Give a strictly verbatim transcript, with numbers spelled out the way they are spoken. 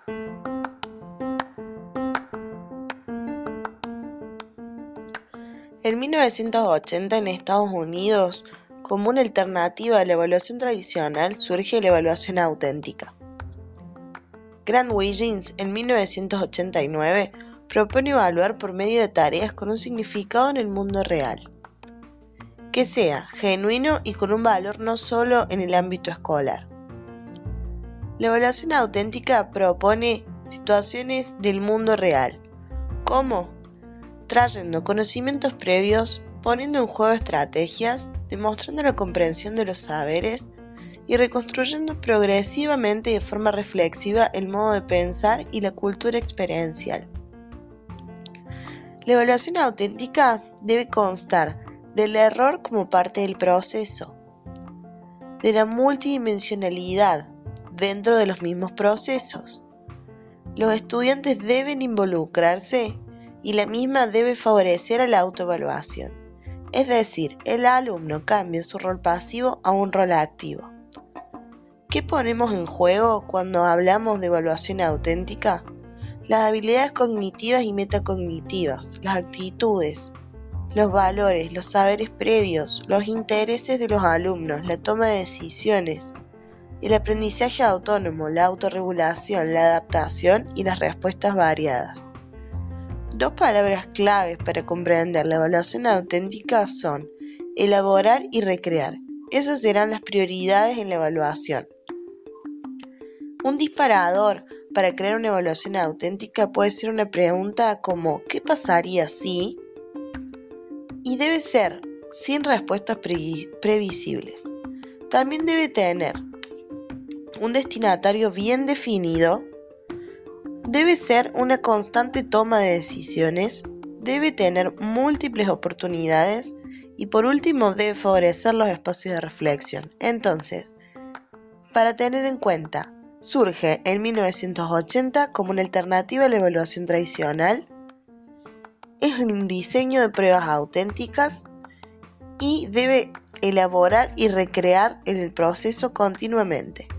En mil novecientos ochenta, en Estados Unidos, como una alternativa a la evaluación tradicional, surge la evaluación auténtica. Grant Wiggins, en mil novecientos ochenta y nueve, propone evaluar por medio de tareas con un significado en el mundo real, que sea genuino y con un valor no solo en el ámbito escolar. La evaluación auténtica propone situaciones del mundo real, como trayendo conocimientos previos, poniendo en juego estrategias, demostrando la comprensión de los saberes y reconstruyendo progresivamente y de forma reflexiva el modo de pensar y la cultura experiencial. La evaluación auténtica debe constar del error como parte del proceso, de la multidimensionalidad dentro de los mismos procesos. Los estudiantes deben involucrarse y la misma debe favorecer a la autoevaluación, es decir, el alumno cambia su rol pasivo a un rol activo. ¿Qué ponemos en juego cuando hablamos de evaluación auténtica? Las habilidades cognitivas y metacognitivas, las actitudes, los valores, los saberes previos, los intereses de los alumnos, la toma de decisiones, el aprendizaje autónomo, la autorregulación, la adaptación y las respuestas variadas. Dos palabras claves para comprender la evaluación auténtica son elaborar y recrear. Esas serán las prioridades en la evaluación. Un disparador para crear una evaluación auténtica puede ser una pregunta como ¿qué pasaría si? Y debe ser sin respuestas pre- previsibles. También debe tener un destinatario bien definido. Debe ser una constante toma de decisiones, debe tener múltiples oportunidades y por último debe favorecer los espacios de reflexión. Entonces, para tener en cuenta, surge en mil novecientos ochenta como una alternativa a la evaluación tradicional, es un diseño de pruebas auténticas y debe elaborar y recrear en el proceso continuamente.